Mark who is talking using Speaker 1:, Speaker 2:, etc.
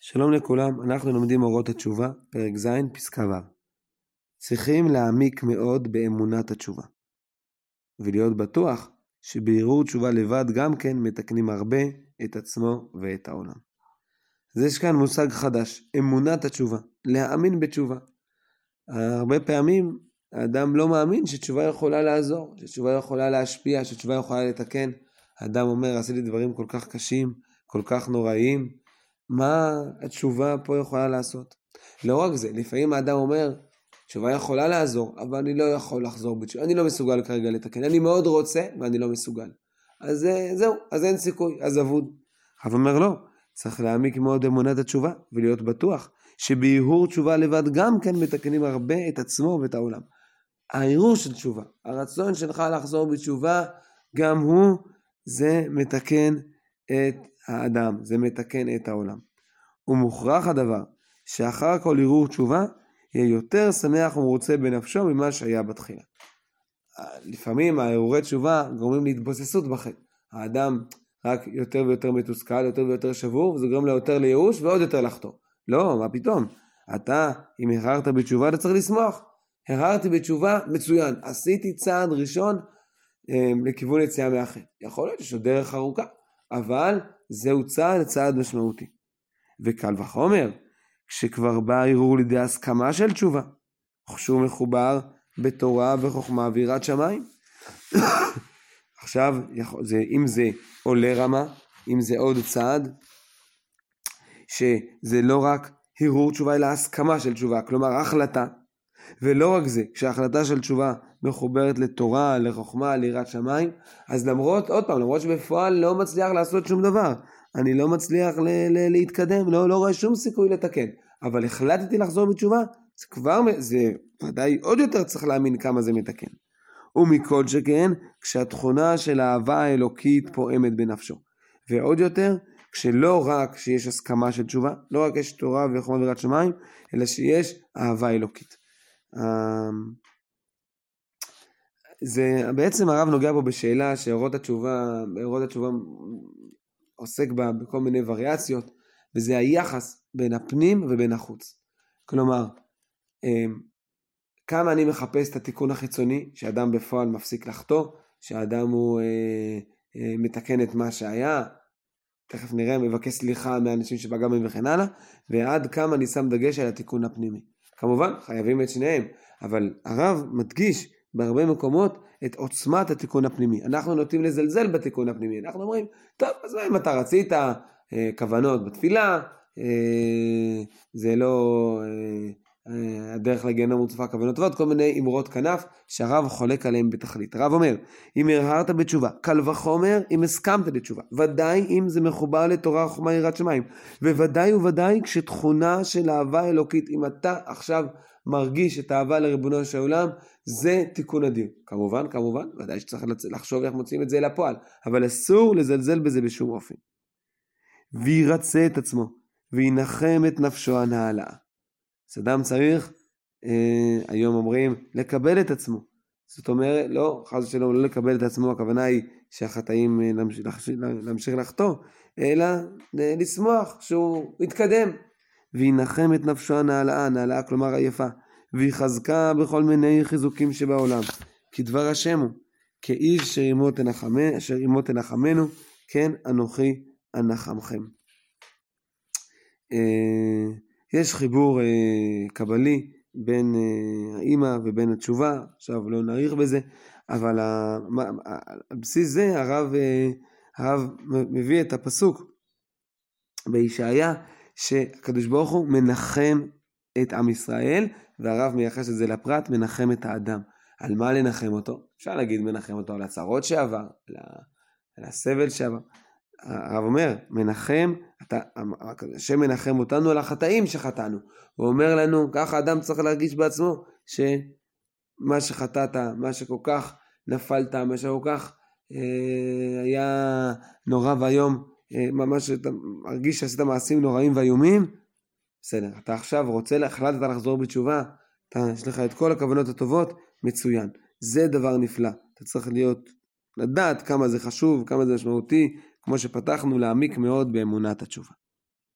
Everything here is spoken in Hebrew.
Speaker 1: שלום לכולם, אנחנו לומדים אורות התשובה, פרק ז', פסקה ו'. צריכים להעמיק מאוד באמונת התשובה, ולהיות בטוח שבערעור תשובה לבד גם כן מתקנים הרבה את עצמו ואת העולם. אז יש כאן מושג חדש, אמונת התשובה, להאמין בתשובה. הרבה פעמים האדם לא מאמין שתשובה יכולה לעזור, שתשובה יכולה להשפיע, שתשובה יכולה לתקן. האדם אומר, עשיתי דברים כל כך קשים, כל כך נוראיים, מה התשובה פה יכולה לעשות? לא רק זה, לפעמים האדם אומר, תשובה יכולה לעזור, אבל אני לא יכול לחזור בתשובה, אני לא מסוגל כרגע לתקן, אני מאוד רוצה ואני לא מסוגל. אז זהו, אז אין סיכוי, אז אבוד. אבל אומר לא, צריך להעמיק מאוד אמונת התשובה, ולהיות בטוח שבערעור תשובה לבד גם כן מתקנים הרבה את עצמו ואת העולם. הערעור של תשובה, הרצון שלך לחזור בתשובה, גם הוא, זה מתקן את האדם, זה מתקן את העולם. ומוכרח הדבר שאחר כל ערעור תשובה יהיה יותר שמח ומרוצה בנפשו ממה שהיה בתחילה. לפעמים הערעורי תשובה גורמים להתבוססות בחטא. האדם רק יותר ויותר מתוסכל, יותר ויותר שבור, וזה גורם לו יותר לייאוש ועוד יותר לחטוא. לא, מה פתאום? אתה, אם הרהרת בתשובה, אתה צריך לשמוח. הרהרתי בתשובה, מצוין. עשיתי צעד ראשון לכיוון יציאה מהחטא. יכול להיות שיש עוד דרך ארוכה, אבל זהו צעד משמעותי. וקל וחומר, כשכבר בא ערעור לידי הסכמה של תשובה, שהוא מחובר בתורה וחוכמה ויראת שמיים. עכשיו, אם זה עולה רמה, אם זה עוד צעד, שזה לא רק ערעור תשובה, אלא הסכמה של תשובה, כלומר החלטה, ולא רק זה, כשההחלטה של תשובה מחוברת לתורה, לחוכמה, ליראת שמיים, אז למרות שבפועל לא מצליח לעשות שום דבר, אני לא מצליח להתקדם, לא רואה שום סיכוי לתקן, אבל החלטתי לחזור בתשובה, זה ודאי עוד יותר צריך להאמין כמה זה מתקן. ומכל שכן, כשהתכונה של האהבה האלוקית פועמת בנפשו, ועוד יותר, כשלא רק שיש הסכמה של תשובה, לא רק יש תורה וחוכמה ויראת שמיים, אלא שיש אהבה אלוקית. זה בעצם הרב נוגע פה בשאלה שאורות התשובה עוסק בה בכל מיני וריאציות, וזה היחס בין הפנים ובין החוץ. כלומר, כמה אני מחפש את התיקון החיצוני, שאדם בפועל מפסיק לחטוא, שאדם הוא מתקן את מה שהיה, תכף נראה, מבקש סליחה מהאנשים שפגע בהם וכן הלאה, ועד כמה אני שם דגש על התיקון הפנימי. כמובן, חייבים את שניהם, אבל הרב מדגיש בהרבה מקומות את עוצמת התיקון הפנימי. אנחנו נוטים לזלזל בתיקון הפנימי. אנחנו אומרים, טוב, אז אם אתה רצית כוונות בתפילה, זה לא הדרך לגיהנום מוצפה כוונות טובות, כל מיני אמרות כנף שהרב חולק עליהם בתכלית. הרב אומר, אם הרהרת בתשובה, קל וחומר אם הסכמת לתשובה, ודאי אם זה מחובר לתורה חוכמה יראת שמיים, וודאי כשתכונה של אהבה אלוקית, אם אתה עכשיו מרגיש את האהבה לריבונו של העולם, זה תיקון אדיר. כמובן, ודאי שצריך לחשוב איך מוצאים את זה לפועל, אבל אסור לזלזל בזה בשום אופן. וירצה את עצמו, וינחם את נפשו הנעלה. אז אדם צריך, היום אומרים, לקבל את עצמו. זאת אומרת, לא, חס ושלום, לא לקבל את עצמו, הכוונה היא שהחטאים להמשיך לחטוא, אלא לשמוח שהוא יתקדם. וינחם את נפשו הנעלה, כלומר היפה, ויחזקה בכל מיני חיזוקים שבעולם, כי דבר השם הוא, כאיש אשר עמו תנחמנו, כן אנוכי אנחמכם. יש חיבור קבלי בין האמא ובין התשובה, עכשיו לא נאריך בזה, אבל על בסיס זה הרב מביא את הפסוק בישעיה, שהקדוש ברוך הוא מנחם את עם ישראל, והרב מייחס את זה לפרט, מנחם את האדם. על מה לנחם אותו? אפשר להגיד מנחם אותו על הצרות שעבר, על הסבל שעבר. הרב אומר, השם מנחם אותנו על החטאים שחטאנו. הוא אומר לנו, ככה אדם צריך להרגיש בעצמו, שמה שחטאת, מה שכל כך נפלת, מה שכל כך היה נורא והיום, ממש אתה מרגיש שעשית מעשים נוראים ואיומים, בסדר, אתה עכשיו החלטת לחזור בתשובה, יש לך את כל הכוונות הטובות, מצוין. זה דבר נפלא. אתה צריך לדעת כמה זה חשוב, כמה זה משמעותי, כמו שפתחנו, להעמיק מאוד באמונת התשובה.